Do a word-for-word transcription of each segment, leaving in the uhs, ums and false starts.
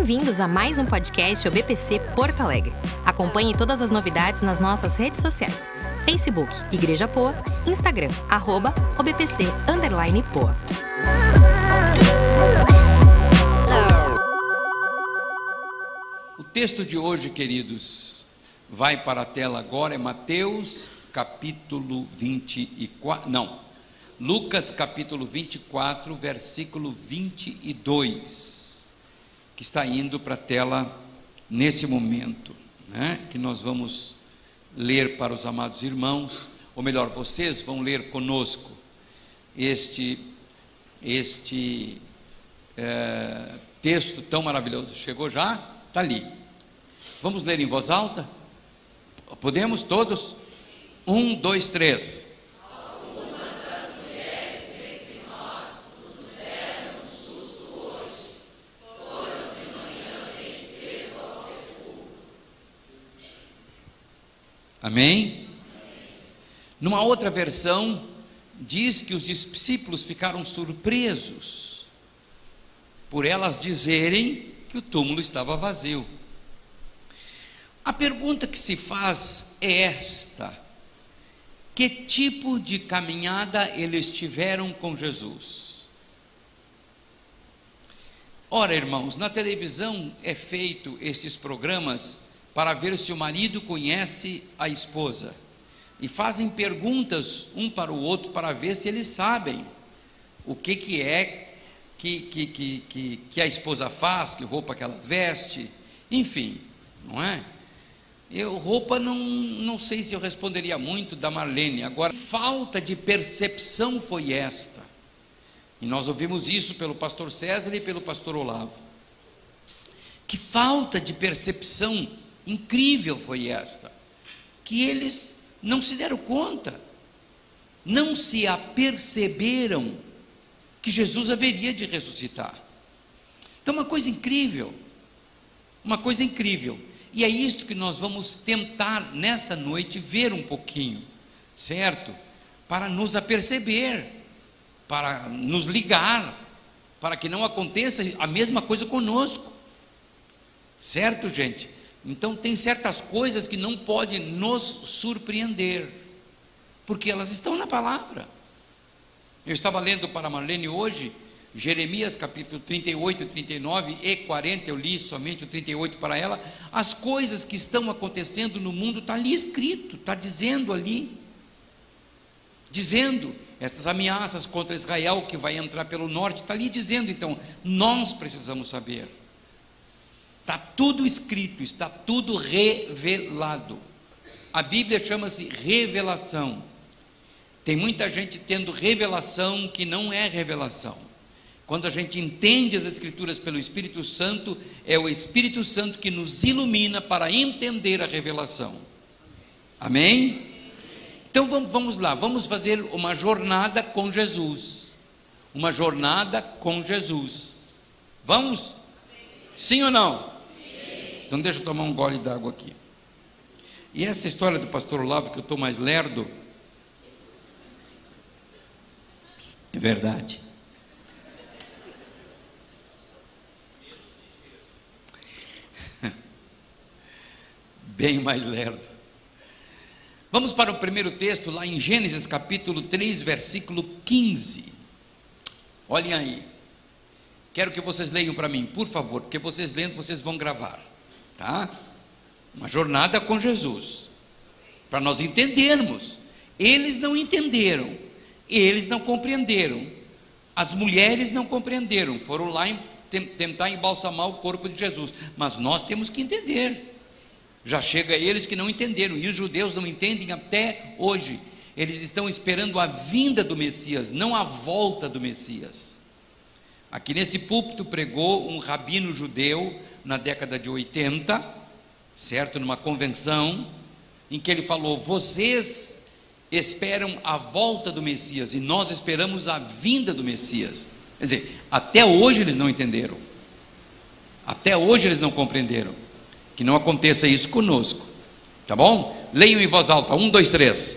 Bem-vindos a mais um podcast O B P C Porto Alegre. Acompanhe todas as novidades nas nossas redes sociais. Facebook, Igreja Poa, Instagram, arroba O B P C, underline Poa. O texto de hoje, queridos, vai para a tela agora, é Mateus capítulo vinte e quatro, não, Lucas capítulo vinte e quatro, versículo vinte e dois, que está indo para a tela nesse momento, né? Que nós vamos ler para os amados irmãos, ou melhor, vocês vão ler conosco este, este é, texto tão maravilhoso. Chegou já? Está ali. Vamos ler em voz alta? Podemos todos? Um, dois, três. Amém? Numa outra versão, diz que os discípulos ficaram surpresos por elas dizerem que o túmulo estava vazio. A pergunta que se faz é esta: que tipo de caminhada eles tiveram com Jesus? Ora, irmãos, na televisão é feito esses programas para ver se o marido conhece a esposa, e fazem perguntas um para o outro para ver se eles sabem o que, que é que, que, que, que, que a esposa faz, que roupa que ela veste, enfim, não é? Eu, roupa não, não sei se eu responderia muito da Marlene. Agora, falta de percepção foi esta, e nós ouvimos isso pelo pastor César e pelo pastor Olavo. Que falta de percepção incrível foi esta, que eles não se deram conta, não se aperceberam que Jesus haveria de ressuscitar. Então, uma coisa incrível, uma coisa incrível, e é isto que nós vamos tentar nessa noite ver um pouquinho, certo? Para nos aperceber, para nos ligar, para que não aconteça a mesma coisa conosco, certo, gente? Então tem certas coisas que não podem nos surpreender, porque elas estão na palavra. Eu estava lendo para a Marlene hoje, Jeremias capítulo trinta e oito, trinta e nove e quarenta, eu li somente o trinta e oito para ela. As coisas que estão acontecendo no mundo, está ali escrito, está dizendo ali, dizendo, essas ameaças contra Israel que vai entrar pelo norte, está ali dizendo. Então, nós precisamos saber. Está tudo escrito, está tudo revelado. A Bíblia chama-se revelação. Tem muita gente tendo revelação que não é revelação. Quando a gente entende as Escrituras pelo Espírito Santo, é o Espírito Santo que nos ilumina para entender a revelação. Amém? Então vamos, vamos lá, vamos fazer uma jornada com Jesus. Uma jornada com Jesus. Vamos? Sim ou não? Então deixa eu tomar um gole d'água aqui. E essa história do pastor Olavo, que eu estou mais lerdo, é verdade. Bem mais lerdo. Vamos para o primeiro texto, lá em Gênesis capítulo três, versículo quinze. Olhem aí. Quero que vocês leiam para mim, por favor, porque vocês lendo, vocês vão gravar. Tá? Uma jornada com Jesus, para nós entendermos. Eles não entenderam, eles não compreenderam, as mulheres não compreenderam, foram lá em, tentar embalsamar o corpo de Jesus, mas nós temos que entender. Já chega eles que não entenderam, e os judeus não entendem até hoje. Eles estão esperando a vinda do Messias, não a volta do Messias. Aqui nesse púlpito pregou um rabino judeu na década de oitenta, certo? Numa convenção, em que ele falou: vocês esperam a volta do Messias e nós esperamos a vinda do Messias. Quer dizer, até hoje eles não entenderam, até hoje eles não compreenderam. Que não aconteça isso conosco, tá bom? Leiam em voz alta, um, dois, três.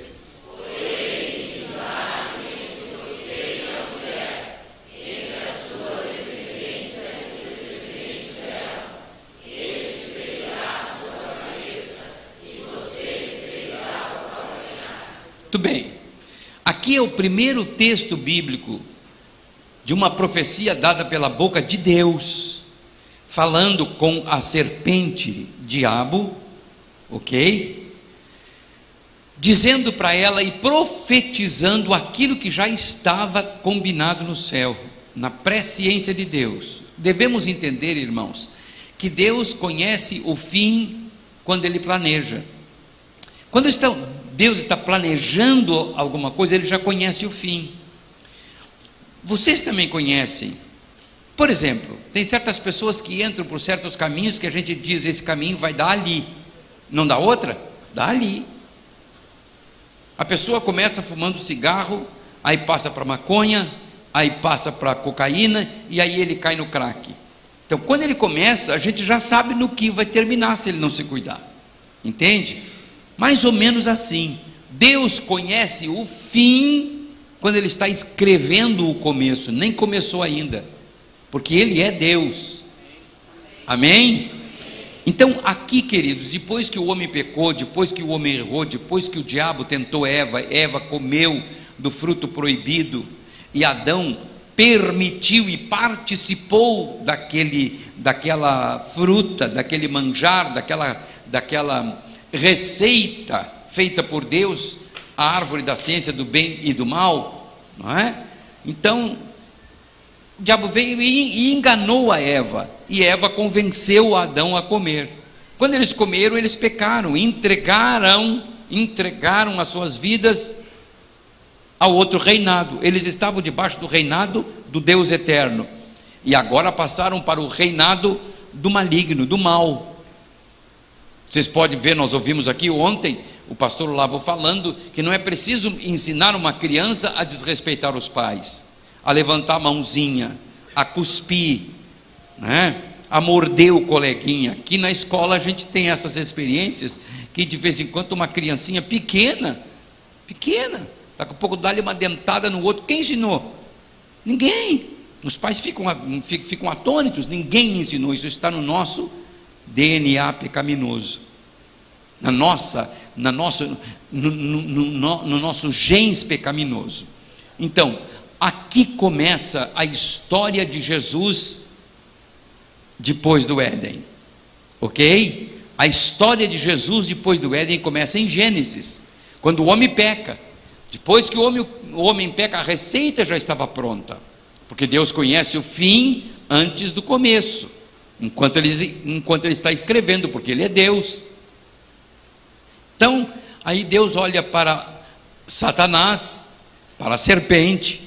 Muito bem. Aqui é o primeiro texto bíblico de uma profecia dada pela boca de Deus, falando com a serpente diabo, ok? Dizendo para ela e profetizando aquilo que já estava combinado no céu, na presciência de Deus. Devemos entender, irmãos, que Deus conhece o fim quando Ele planeja. Quando está, Deus está planejando alguma coisa, Ele já conhece o fim. Vocês também conhecem. Por exemplo, tem certas pessoas que entram por certos caminhos que a gente diz, esse caminho vai dar ali. Não dá outra? Dá ali. A pessoa começa fumando cigarro, aí passa para maconha, aí passa para cocaína, e aí ele cai no crack. Então, quando ele começa, a gente já sabe no que vai terminar se ele não se cuidar. Entende? Mais ou menos assim. Deus conhece o fim quando Ele está escrevendo o começo, nem começou ainda, porque Ele é Deus. Amém? Então, aqui, queridos, depois que o homem pecou, depois que o homem errou, depois que o diabo tentou Eva, Eva comeu do fruto proibido, e Adão permitiu e participou daquele, daquela fruta, daquele manjar, daquela, daquela receita feita por Deus, a árvore da ciência do bem e do mal, não é? Então, o diabo veio e enganou a Eva, e Eva convenceu Adão a comer. Quando eles comeram, eles pecaram, entregaram, entregaram as suas vidas ao outro reinado. Eles estavam debaixo do reinado do Deus eterno, e agora passaram para o reinado do maligno, do mal. Vocês podem ver, nós ouvimos aqui ontem o pastor Olavo falando que não é preciso ensinar uma criança a desrespeitar os pais, a levantar a mãozinha, a cuspir, né? A morder o coleguinha. Aqui na escola a gente tem essas experiências, que de vez em quando uma criancinha pequena, pequena, daqui a pouco dá-lhe uma dentada no outro. Quem ensinou? Ninguém. Os pais ficam, ficam atônitos, ninguém ensinou. Isso está no nosso D N A pecaminoso, na nossa, na nossa, no, no, no, no nosso genes pecaminoso. Então, aqui começa a história de Jesus depois do Éden, ok? A história de Jesus depois do Éden começa em Gênesis, quando o homem peca. Depois que o homem, o homem peca, a receita já estava pronta, porque Deus conhece o fim antes do começo, enquanto ele, enquanto ele está escrevendo, porque Ele é Deus. Então, aí Deus olha para Satanás, para a serpente,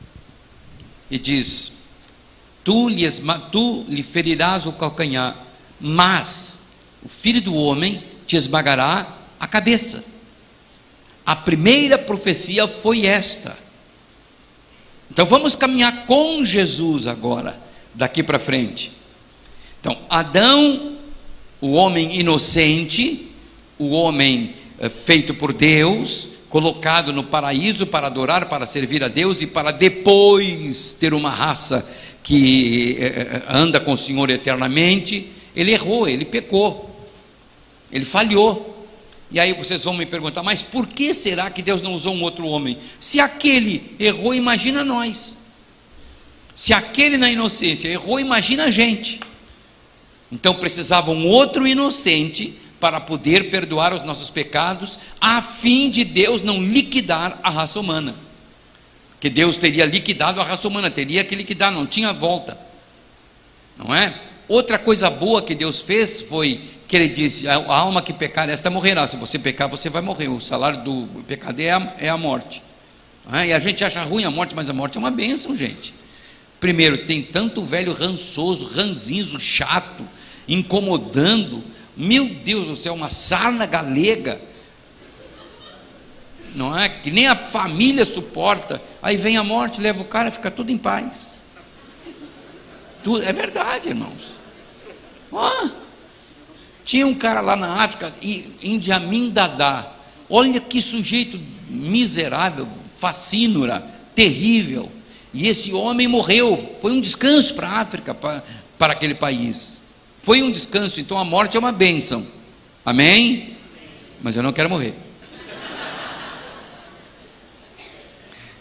e diz: tu lhe, tu lhe ferirás o calcanhar, mas o filho do homem te esmagará a cabeça. A primeira profecia foi esta. Então vamos caminhar com Jesus agora, daqui para frente. Então, Adão, o homem inocente, o homem eh, feito por Deus, colocado no paraíso para adorar, para servir a Deus, e para depois ter uma raça que eh, anda com o Senhor eternamente. Ele errou, ele pecou, ele falhou. E aí vocês vão me perguntar, mas por que será que Deus não usou um outro homem? Se aquele errou, imagina nós. Se aquele na inocência errou, imagina a gente. Então precisava um outro inocente para poder perdoar os nossos pecados, a fim de Deus não liquidar a raça humana. Que Deus teria liquidado a raça humana, teria que liquidar, não tinha volta, não é? Outra coisa boa que Deus fez foi que Ele disse: a alma que pecar, esta morrerá. Se você pecar, você vai morrer. O salário do pecado é a, é a morte, não é? E a gente acha ruim a morte, mas a morte é uma bênção, gente. Primeiro, tem tanto velho rançoso, ranzinzo, chato, incomodando. Meu Deus do céu, uma sarna galega, não é? Que nem a família suporta. Aí vem a morte, leva o cara, fica tudo em paz. Tudo, é verdade, irmãos. Oh, tinha um cara lá na África, Idi Amin Dada. Olha que sujeito miserável, facínora, terrível. E esse homem morreu. Foi um descanso para a África, para, para aquele país. Foi um descanso. Então a morte é uma bênção. Amém? Mas eu não quero morrer.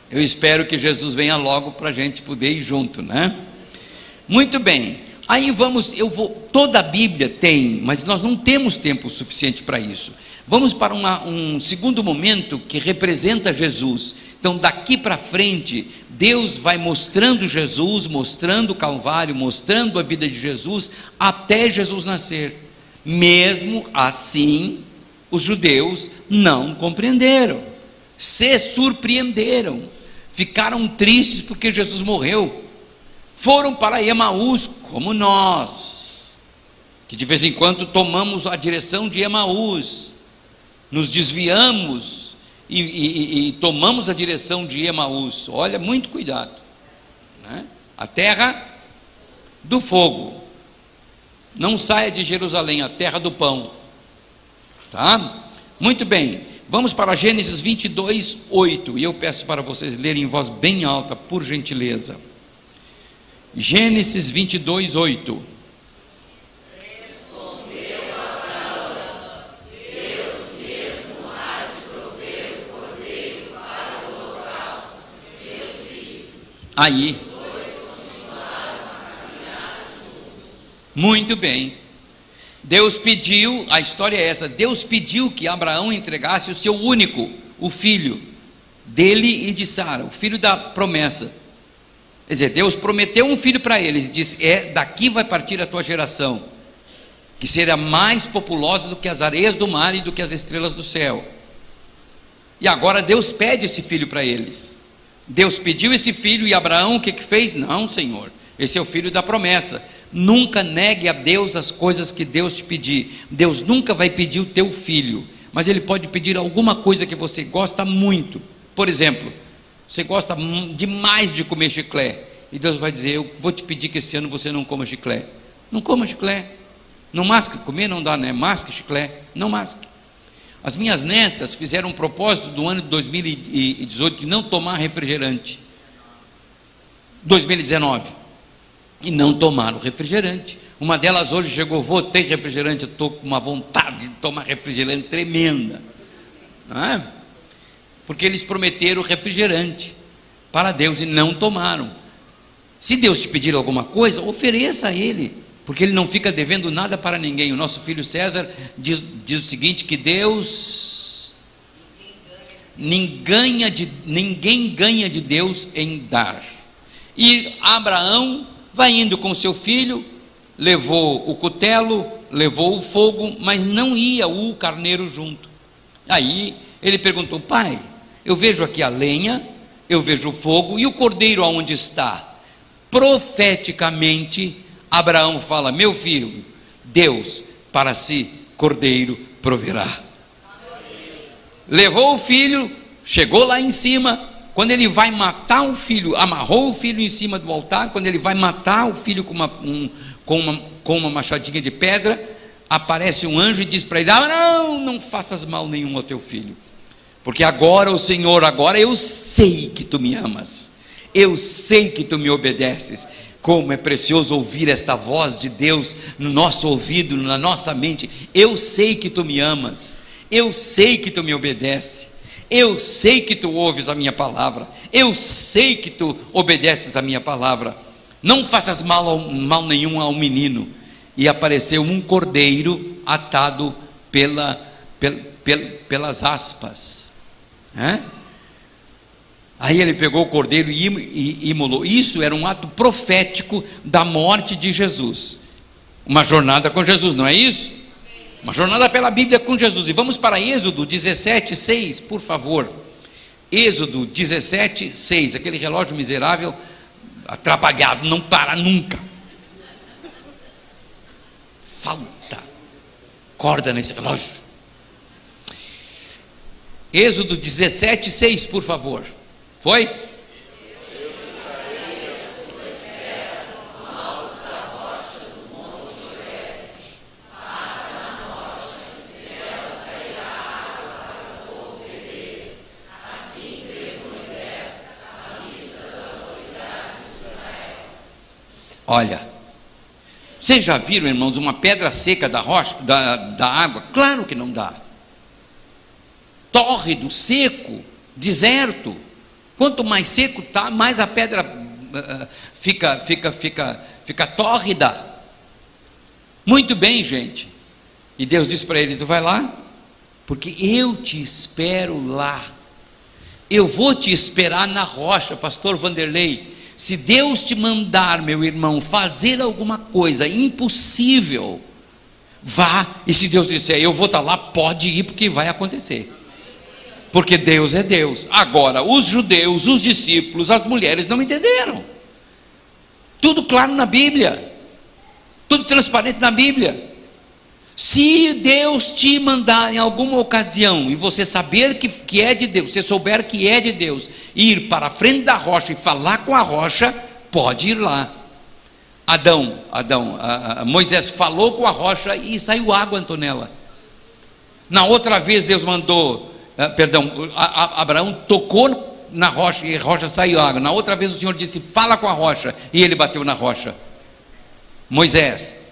Eu espero que Jesus venha logo para a gente poder ir junto, né? Muito bem. Aí vamos, eu vou, toda a Bíblia tem, mas nós não temos tempo suficiente para isso. Vamos para uma, um segundo momento que representa Jesus. Então daqui para frente, Deus vai mostrando Jesus, mostrando o Calvário, mostrando a vida de Jesus, até Jesus nascer. Mesmo assim, os judeus não compreenderam, se surpreenderam, ficaram tristes porque Jesus morreu. Foram para Emaús, como nós, que de vez em quando tomamos a direção de Emaús, nos desviamos e, e, e tomamos a direção de Emaús. Olha, muito cuidado, né? A terra do fogo. Não saia de Jerusalém, a terra do pão, tá? Muito bem, vamos para Gênesis vinte e dois, oito, e eu peço para vocês lerem em voz bem alta, por gentileza. Gênesis vinte e dois, oito. Respondeu Abraão: Deus mesmo há de prover o cordeiro para o holocausto, meu filho. Aí, muito bem, Deus pediu, a história é essa, Deus pediu que Abraão entregasse o seu único, o filho dele e de Sara, o filho da promessa. Quer dizer, Deus prometeu um filho para ele, ele disse, é, daqui vai partir a tua geração, que será mais populosa do que as areias do mar e do que as estrelas do céu. E agora Deus pede esse filho para eles. Deus pediu esse filho e Abraão o que que fez? Não, Senhor, esse é o filho da promessa. Nunca negue a Deus as coisas que Deus te pedir. Deus nunca vai pedir o teu filho, mas Ele pode pedir alguma coisa que você gosta muito. Por exemplo, você gosta demais de comer chiclete, e Deus vai dizer, eu vou te pedir que esse ano você não coma chiclete. Não coma chiclete, não masque, comer não dá, né? Masque chiclete, não masque. As minhas netas fizeram um propósito do ano de dois mil e dezoito de não tomar refrigerante, dois mil e dezenove, e não tomaram refrigerante. Uma delas hoje chegou, vou ter refrigerante, eu estou com uma vontade de tomar refrigerante tremenda, não é? Porque eles prometeram refrigerante para Deus e não tomaram. Se Deus te pedir alguma coisa, ofereça a Ele, porque Ele não fica devendo nada para ninguém. O nosso filho César diz, diz o seguinte, que Deus, ninguém ganha, de, ninguém ganha de Deus em dar. E Abraão vai indo com seu filho, levou o cutelo, levou o fogo, mas não ia o carneiro junto. Aí ele perguntou, pai, eu vejo aqui a lenha, eu vejo o fogo, e o cordeiro aonde está? Profeticamente, Abraão fala, meu filho, Deus para si cordeiro proverá. Levou o filho, chegou lá em cima, quando ele vai matar o filho, amarrou o filho em cima do altar, quando ele vai matar o filho com uma, um, com uma, com uma machadinha de pedra, aparece um anjo e diz para ele, ah, não, não faças mal nenhum ao teu filho, porque agora o Senhor, agora eu sei que tu me amas, eu sei que tu me obedeces. Como é precioso ouvir esta voz de Deus no nosso ouvido, na nossa mente. Eu sei que tu me amas, eu sei que tu me obedeces, eu sei que tu ouves a minha palavra, eu sei que tu obedeces a minha palavra, não faças mal, ao, mal nenhum ao menino. E apareceu um cordeiro atado pela, pel, pel, pelas aspas, é? Aí ele pegou o cordeiro e imolou. Isso era um ato profético da morte de Jesus, uma jornada com Jesus, não é isso? Uma jornada pela Bíblia com Jesus. E vamos para Êxodo dezessete, seis, por favor. Êxodo dezessete, seis. Aquele relógio miserável, atrapalhado, não para nunca. Falta corda nesse relógio. Êxodo dezessete, seis, por favor. Foi? Olha, vocês já viram, irmãos, uma pedra seca da rocha, da, da água? Claro que não dá. Tórrido, seco, deserto. Quanto mais seco está, mais a pedra uh, fica, fica, fica, fica tórrida. Muito bem, gente. E Deus disse para ele: tu vai lá, porque eu te espero lá. Eu vou te esperar na rocha, pastor Vanderlei. Se Deus te mandar, meu irmão, fazer alguma coisa impossível, vá, e se Deus disser, eu vou estar lá, pode ir, porque vai acontecer. Porque Deus é Deus. Agora, os judeus, os discípulos, as mulheres não entenderam. Tudo claro na Bíblia, tudo transparente na Bíblia. Se Deus te mandar em alguma ocasião, e você saber que, que é de Deus, você souber que é de Deus, ir para a frente da rocha e falar com a rocha, pode ir lá. Adão, Adão, a, a, Moisés falou com a rocha e saiu água, Antonella. Na outra vez Deus mandou, uh, perdão, a, a, Abraão tocou na rocha e a rocha saiu água. Na outra vez o Senhor disse, fala com a rocha, e ele bateu na rocha. Moisés,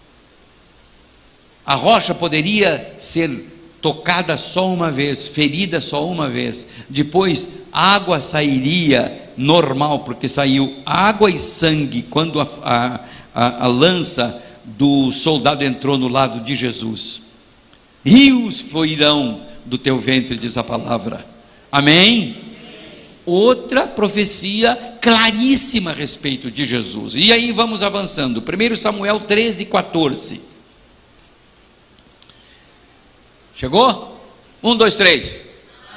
a rocha poderia ser tocada só uma vez, ferida só uma vez, depois água sairia normal, porque saiu água e sangue quando a, a, a, a lança do soldado entrou no lado de Jesus. Rios fluirão do teu ventre, diz a palavra. Amém? Outra profecia claríssima a respeito de Jesus. E aí vamos avançando. primeiro Samuel treze, quatorze. Chegou? Um, dois, três.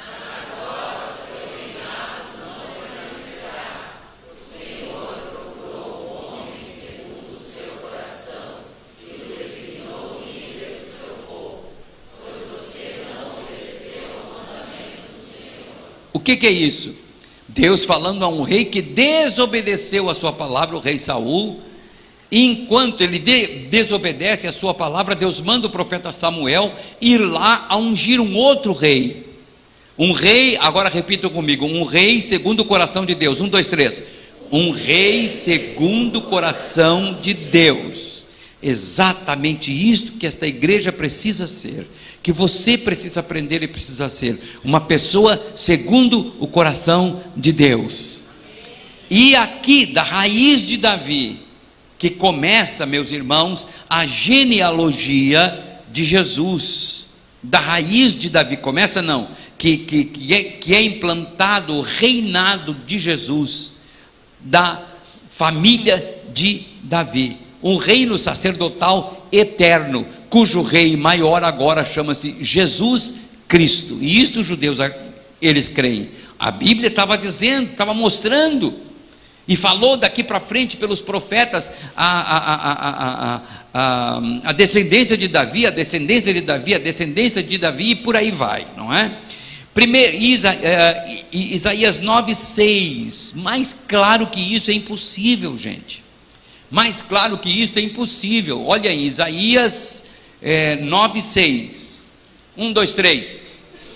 O que, que é isso? Deus falando a um rei que desobedeceu a sua palavra, o rei Saul. E enquanto ele de, desobedece a sua palavra, Deus manda o profeta Samuel ir lá a ungir um outro rei. Um rei, agora repitam comigo, um rei segundo o coração de Deus. Um, dois, três. Um rei segundo o coração de Deus. Exatamente isto que esta igreja precisa ser, que você precisa aprender e precisa ser. Uma pessoa segundo o coração de Deus. E aqui, da raiz de Davi, que começa, meus irmãos, a genealogia de Jesus. Da raiz de Davi, começa não, que, que, que, é, que é implantado o reinado de Jesus, da família de Davi, um reino sacerdotal eterno, cujo rei maior agora chama-se Jesus Cristo. E isto os judeus, eles creem. A Bíblia estava dizendo, estava mostrando, e falou daqui para frente pelos profetas, a, a, a, a, a, a, a descendência de Davi, a descendência de Davi, a descendência de Davi, e por aí vai, não é? Primeiro, Isa, uh, Isaías nove, seis, mais claro que isso é impossível, gente, mais claro que isso é impossível. Olha aí, Isaías é, nove, seis, um, dois, três.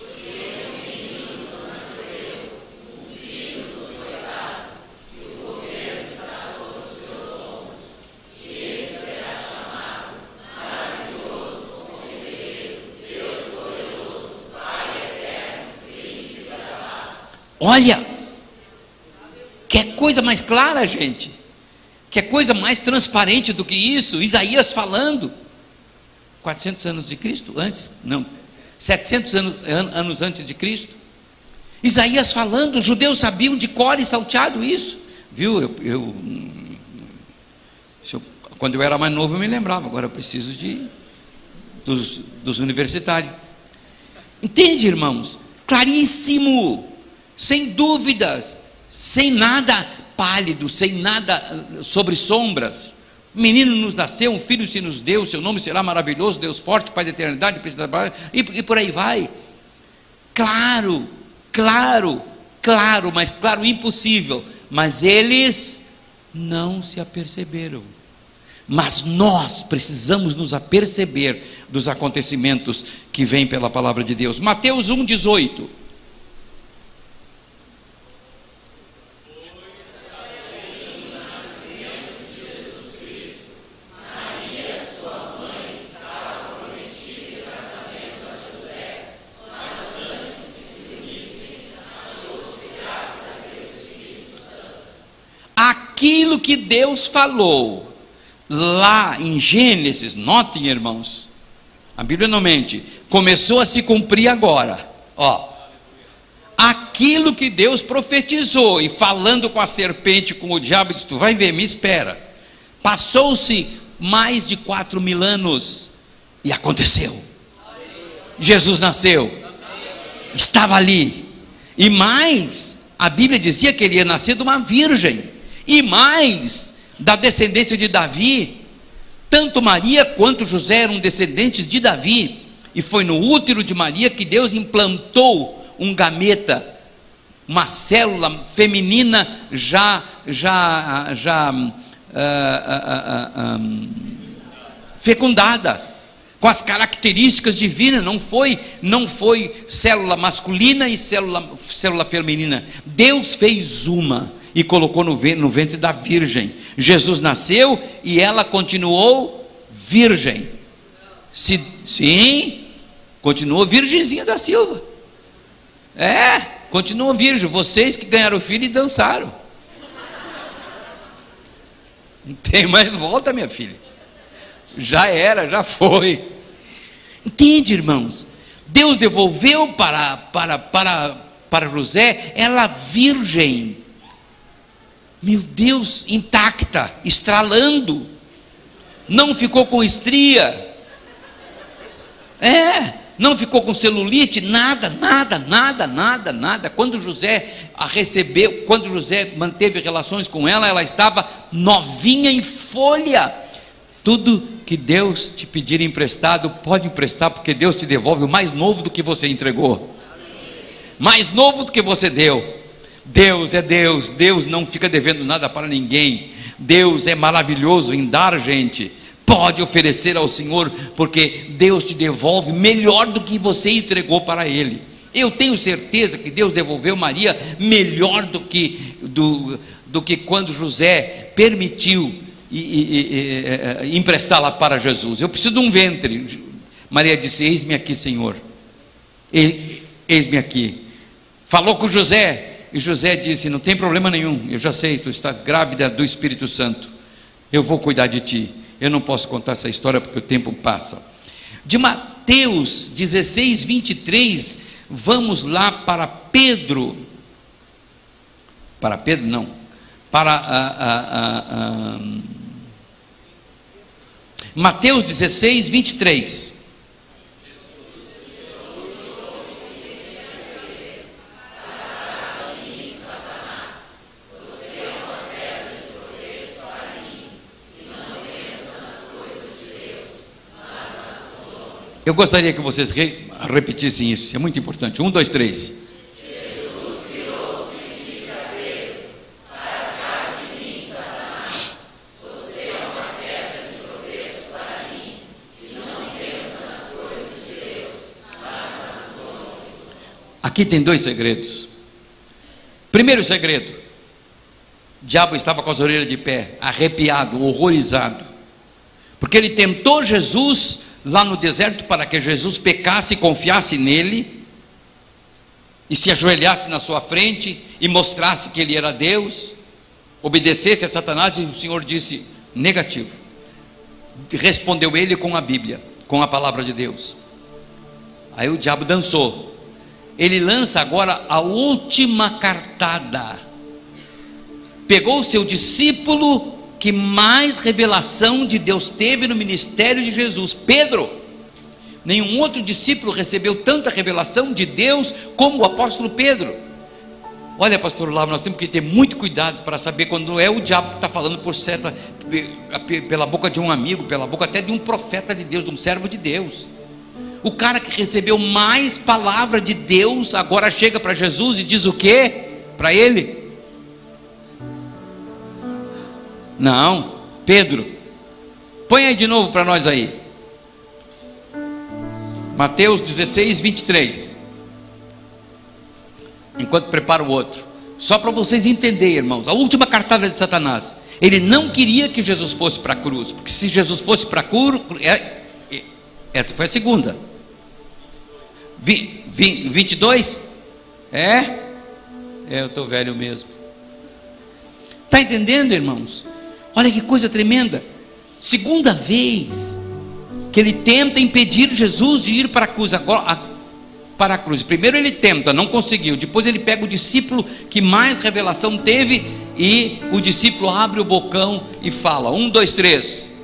Olha, quer coisa mais clara, gente? Quer coisa mais transparente do que isso? Isaías falando, quatrocentos anos de Cristo, antes, não, setecentos anos, anos antes de Cristo. Isaías falando, os judeus sabiam de cor e salteado isso, viu? Eu, eu, eu, quando eu era mais novo eu me lembrava, agora eu preciso de, dos, dos universitários. Entende, irmãos? Claríssimo. Sem dúvidas, sem nada pálido, sem nada sobre sombras. Um menino nos nasceu, um filho se nos deu, seu nome será maravilhoso, Deus forte, Pai da eternidade, e, e por aí vai. Claro, claro, claro, mas claro, impossível. Mas eles não se aperceberam. Mas nós precisamos nos aperceber dos acontecimentos que vêm pela palavra de Deus. Mateus um, dezoito. aquilo que Deus falou lá em Gênesis, notem, irmãos, a Bíblia não mente, começou a se cumprir agora. Ó, aquilo que Deus profetizou, e falando com a serpente, com o diabo, disse: tu vai ver, me espera. Passou-se mais de quatro mil anos, e aconteceu. Jesus nasceu, estava ali. E mais, a Bíblia dizia que ele ia nascer de uma virgem, e mais, da descendência de Davi. Tanto Maria quanto José eram descendentes de Davi, e foi no útero de Maria que Deus implantou um gameta, uma célula feminina já já já uh, uh, uh, uh, um, fecundada, com as características divinas. Não foi não foi célula masculina e célula célula feminina. Deus fez uma e colocou no ventre da virgem. Jesus nasceu e ela continuou virgem. Se, sim, continuou virgenzinha da Silva. É, continuou virgem. Vocês que ganharam filho e dançaram. Não tem mais volta, minha filha. Já era, já foi. Entende, irmãos? Deus devolveu para, para, para, para José ela virgem. Meu Deus, intacta, estralando, não ficou com estria, é, não ficou com celulite, nada, nada, nada, nada, nada. Quando José a recebeu, quando José manteve relações com ela, ela estava novinha em folha. Tudo que Deus te pedir emprestado, pode emprestar, porque Deus te devolve o mais novo do que você entregou, mais novo do que você deu. Deus é Deus, Deus não fica devendo nada para ninguém. Deus é maravilhoso em dar, gente. Pode oferecer ao Senhor, porque Deus te devolve melhor do que você entregou para Ele. Eu tenho certeza que Deus devolveu Maria melhor do que, do, do que quando José permitiu e, e, e, e, emprestá-la para Jesus. Eu preciso de um ventre. Maria disse: eis-me aqui, Senhor, eis-me aqui. Falou com José, e José disse: não tem problema nenhum, eu já sei, tu estás grávida do Espírito Santo, eu vou cuidar de ti. Eu não posso contar essa história porque o tempo passa. De Mateus dezesseis, vinte e três, vamos lá para Pedro, para Pedro não, para a, a, a, a, Mateus dezesseis, vinte e três. Eu gostaria que vocês re, repetissem isso, isso é muito importante. Um, dois, três. Jesus virou-se e disse a Pedro: para trás de mim, Satanás, você é uma pedra de tropeço para mim, e não pensa nas coisas de Deus, mas nas homens. Aqui tem dois segredos. Primeiro segredo: o diabo estava com as orelhas de pé, arrepiado, horrorizado, porque ele tentou Jesus lá no deserto para que Jesus pecasse e confiasse nele, e se ajoelhasse na sua frente e mostrasse que ele era Deus, obedecesse a Satanás. E o Senhor disse: negativo. Respondeu ele com a Bíblia, com a palavra de Deus. Aí o diabo dançou. Ele lança agora a última cartada. Pegou o seu discípulo que mais revelação de Deus teve no ministério de Jesus, Pedro. Nenhum outro discípulo recebeu tanta revelação de Deus como o apóstolo Pedro. Olha, pastor Lavo, nós temos que ter muito cuidado para saber quando não é o diabo que está falando por certa, pela boca de um amigo, pela boca até de um profeta de Deus, de um servo de Deus. O cara que recebeu mais palavra de Deus agora chega para Jesus e diz o quê para ele? Não, Pedro, põe aí de novo para nós aí, Mateus dezesseis, vinte e três, enquanto prepara o outro, só para vocês entenderem, irmãos, a última cartada de Satanás. Ele não queria que Jesus fosse para a cruz, porque se Jesus fosse para a cruz, essa foi a segunda. vinte e dois, é, é eu estou velho mesmo. Está entendendo, irmãos? Olha que coisa tremenda. Segunda vez que ele tenta impedir Jesus de ir para a cruz. Agora, para a cruz. Primeiro ele tenta, não conseguiu. Depois ele pega o discípulo que mais revelação teve, e o discípulo abre o bocão e fala: um, dois, três.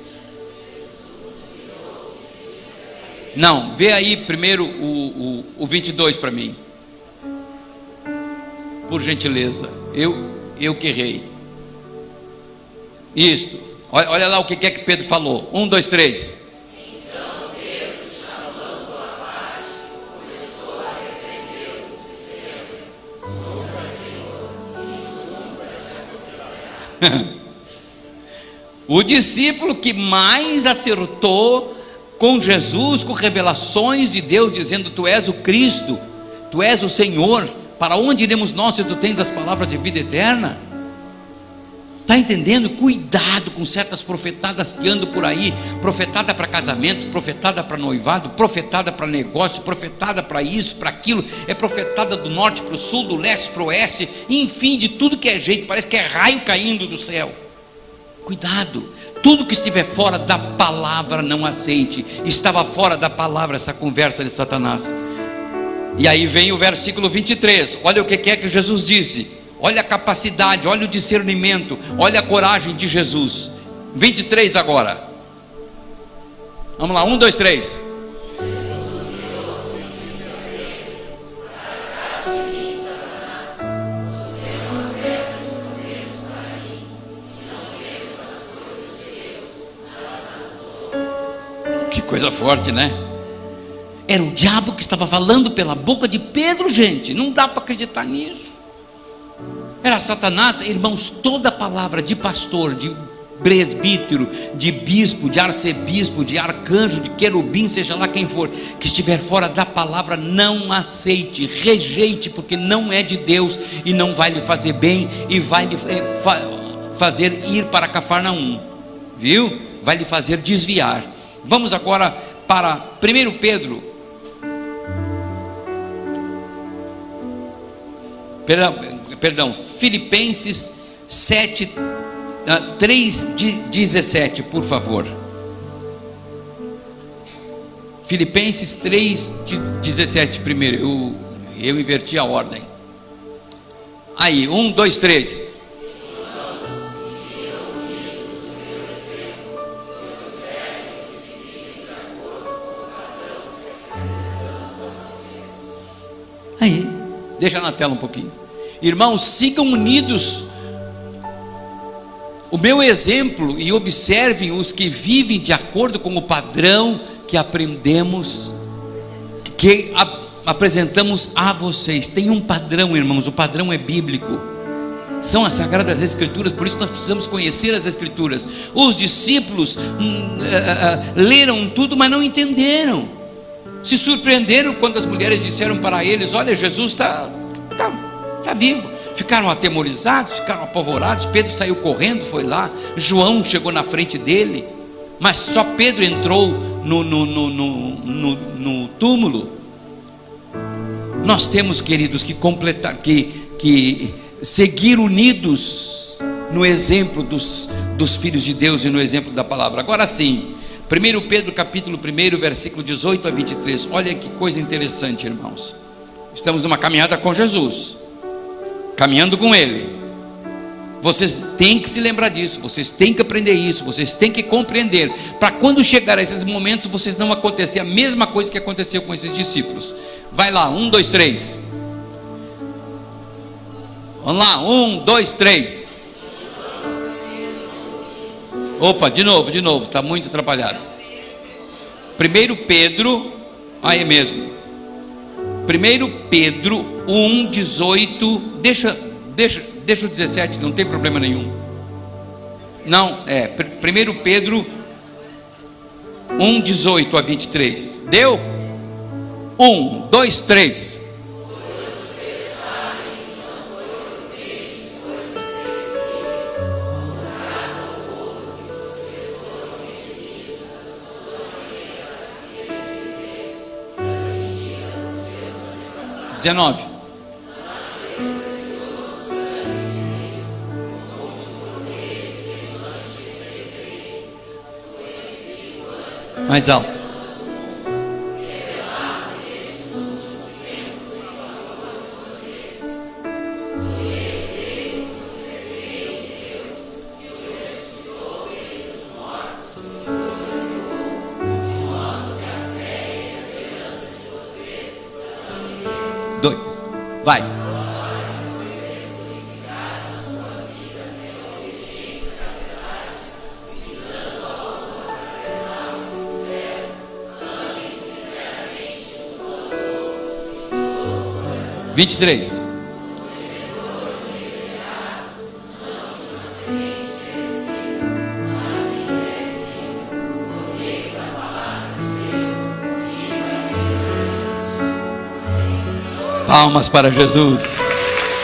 Não, vê aí primeiro o, o, o vinte e dois para mim, por gentileza. Eu, eu que errei. Isto, olha, olha lá o que é que Pedro falou. Um, dois, três. Então Pedro, chamando-o à parte, começou a repreendê-lo, dizendo: nunca, Senhor, isso nunca te acontecerá. O discípulo que mais acertou com Jesus, com revelações de Deus, dizendo: tu és o Cristo, tu és o Senhor, para onde iremos nós se tu tens as palavras de vida eterna? Está entendendo? Cuidado com certas profetadas que andam por aí. Profetada para casamento, profetada para noivado, profetada para negócio, profetada para isso, para aquilo. É profetada do norte para o sul, do leste para o oeste, enfim, de tudo que é jeito. Parece que é raio caindo do céu. Cuidado. Tudo que estiver fora da palavra não aceite. Estava fora da palavra essa conversa de Satanás. E aí vem o versículo vinte e três. Olha o que é que Jesus disse. Olha a capacidade, olha o discernimento, olha a coragem de Jesus. vinte e três agora. Vamos lá, um, dois, três. Que coisa forte, né? Era o diabo que estava falando pela boca de Pedro, gente. Não dá para acreditar nisso. Era Satanás, irmãos. Toda palavra de pastor, de presbítero, de bispo, de arcebispo, de arcanjo, de querubim, seja lá quem for, que estiver fora da palavra, não aceite, rejeite, porque não é de Deus e não vai lhe fazer bem, e vai lhe fazer ir para Cafarnaum, viu? Vai lhe fazer desviar. Vamos agora para primeiro Pedro, perdão, perdão Filipenses sete, três, dezessete, por favor. Filipenses três, dezessete primeiro. Eu, eu inverti a ordem. Aí, um, dois, três. Aí, deixa na tela um pouquinho. Irmãos, sigam unidos o meu exemplo e observem os que vivem de acordo com o padrão que aprendemos, que a, apresentamos a vocês. Tem um padrão, irmãos, o padrão é bíblico. São as Sagradas Escrituras, por isso nós precisamos conhecer as Escrituras. Os discípulos hum, uh, uh, leram tudo, mas não entenderam. Se surpreenderam quando as mulheres disseram para eles: olha, Jesus está tá, tá vivo. Ficaram atemorizados, ficaram apavorados. Pedro saiu correndo, foi lá. João chegou na frente dele, mas só Pedro entrou no, no, no, no, no, no túmulo. Nós temos, queridos, que completar, que, que seguir unidos no exemplo dos, dos filhos de Deus e no exemplo da palavra. Agora sim, primeiro Pedro capítulo um, versículo dezoito a vinte e três. Olha que coisa interessante, irmãos. Estamos numa caminhada com Jesus, caminhando com Ele. Vocês têm que se lembrar disso, vocês têm que aprender isso, vocês têm que compreender, para quando chegar a esses momentos, vocês não acontecer a mesma coisa que aconteceu com esses discípulos. Vai lá, um, dois, três. Vamos lá, um, dois, três. Opa, de novo, de novo, está muito atrapalhado. Primeiro Pedro, aí mesmo. Primeiro Pedro um, dezoito, deixa, deixa, deixa o dezessete, não tem problema nenhum. Não, é, primeiro Pedro um, dezoito a vinte e três. Deu? um, dois, três. dezenove. Mais alto. Dois. Vai. Vinte e três. Palmas para Jesus.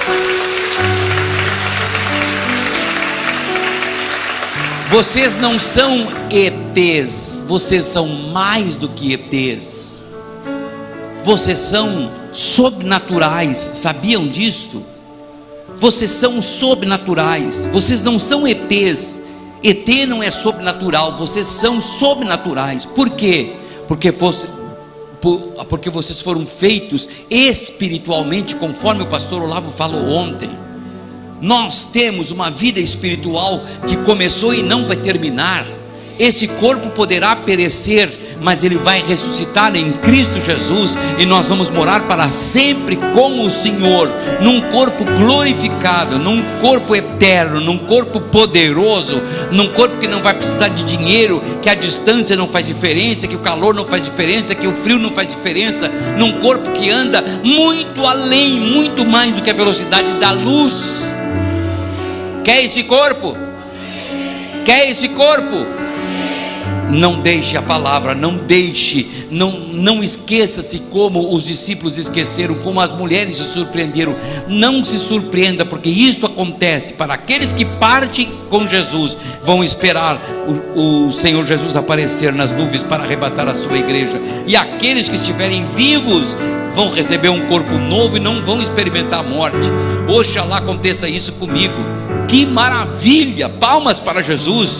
Vocês não são E Tês, vocês são mais do que E Tês. Vocês são sobrenaturais, sabiam disto? Vocês são sobrenaturais, vocês não são E Tês. E T não é sobrenatural, vocês são sobrenaturais. Por quê? Porque fosse porque vocês foram feitos espiritualmente, conforme o pastor Olavo falou ontem. Nós temos uma vida espiritual que começou e não vai terminar. Esse corpo poderá perecer, mas ele vai ressuscitar em Cristo Jesus, e nós vamos morar para sempre com o Senhor, num corpo glorificado, num corpo eterno, num corpo poderoso, num corpo que não vai precisar de dinheiro, que a distância não faz diferença, que o calor não faz diferença, que o frio não faz diferença, num corpo que anda muito além, muito mais do que a velocidade da luz. Quer esse corpo? Quer esse corpo? Não deixe a palavra, não deixe, não, não esqueça-se como os discípulos esqueceram, como as mulheres se surpreenderam. Não se surpreenda, porque isto acontece para aqueles que partem com Jesus, vão esperar o, o Senhor Jesus aparecer nas nuvens para arrebatar a sua igreja, e aqueles que estiverem vivos vão receber um corpo novo e não vão experimentar a morte. Oxalá aconteça isso comigo. Que maravilha! Palmas para Jesus.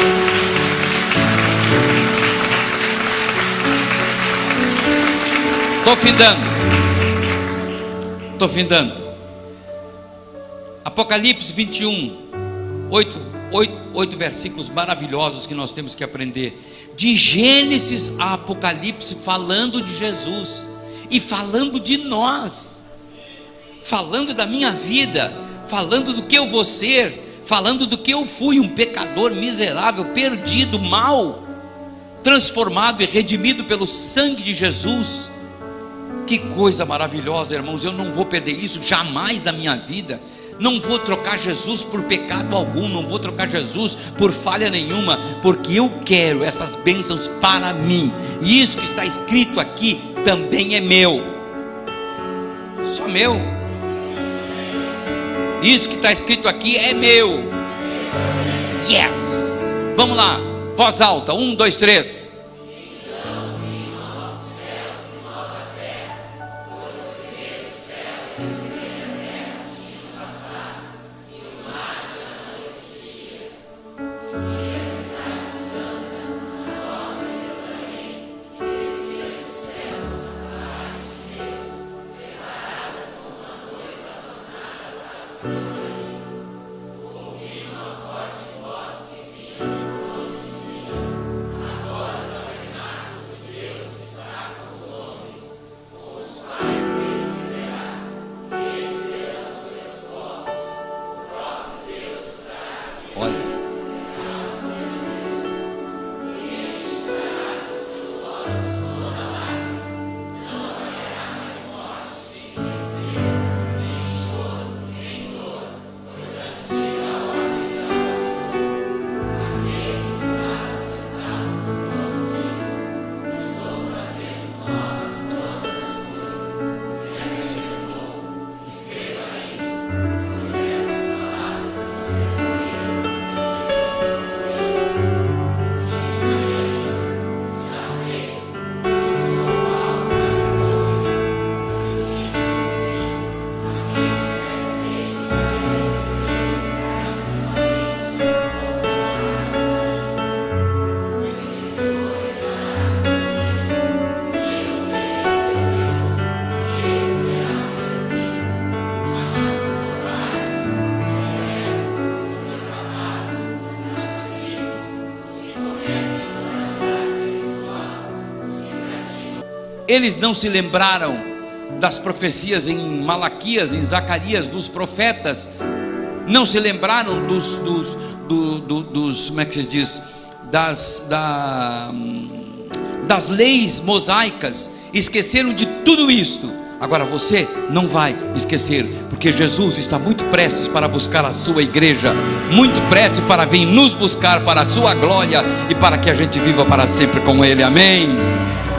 Estou findando, estou findando. Apocalipse vinte e um, oito, oito, oito versículos maravilhosos que nós temos que aprender. De Gênesis a Apocalipse, falando de Jesus e falando de nós, falando da minha vida, falando do que eu vou ser, falando do que eu fui, um pecador miserável, perdido, mal, transformado e redimido pelo sangue de Jesus. Que coisa maravilhosa, irmãos. Eu não vou perder isso jamais da minha vida. Não vou trocar Jesus por pecado algum, não vou trocar Jesus por falha nenhuma, porque eu quero essas bênçãos para mim, e isso que está escrito aqui também é meu, só meu. Isso que está escrito aqui é meu. Yes! Vamos lá, voz alta, um, dois, três. Agora Eles não se lembraram das profecias em Malaquias, em Zacarias, dos profetas. Não se lembraram dos, dos, do, do, dos como é que se diz? Das, da, das leis mosaicas. Esqueceram de tudo isto. Agora você não vai esquecer, porque Jesus está muito prestes para buscar a sua igreja, muito prestes para vir nos buscar para a sua glória e para que a gente viva para sempre com Ele. Amém.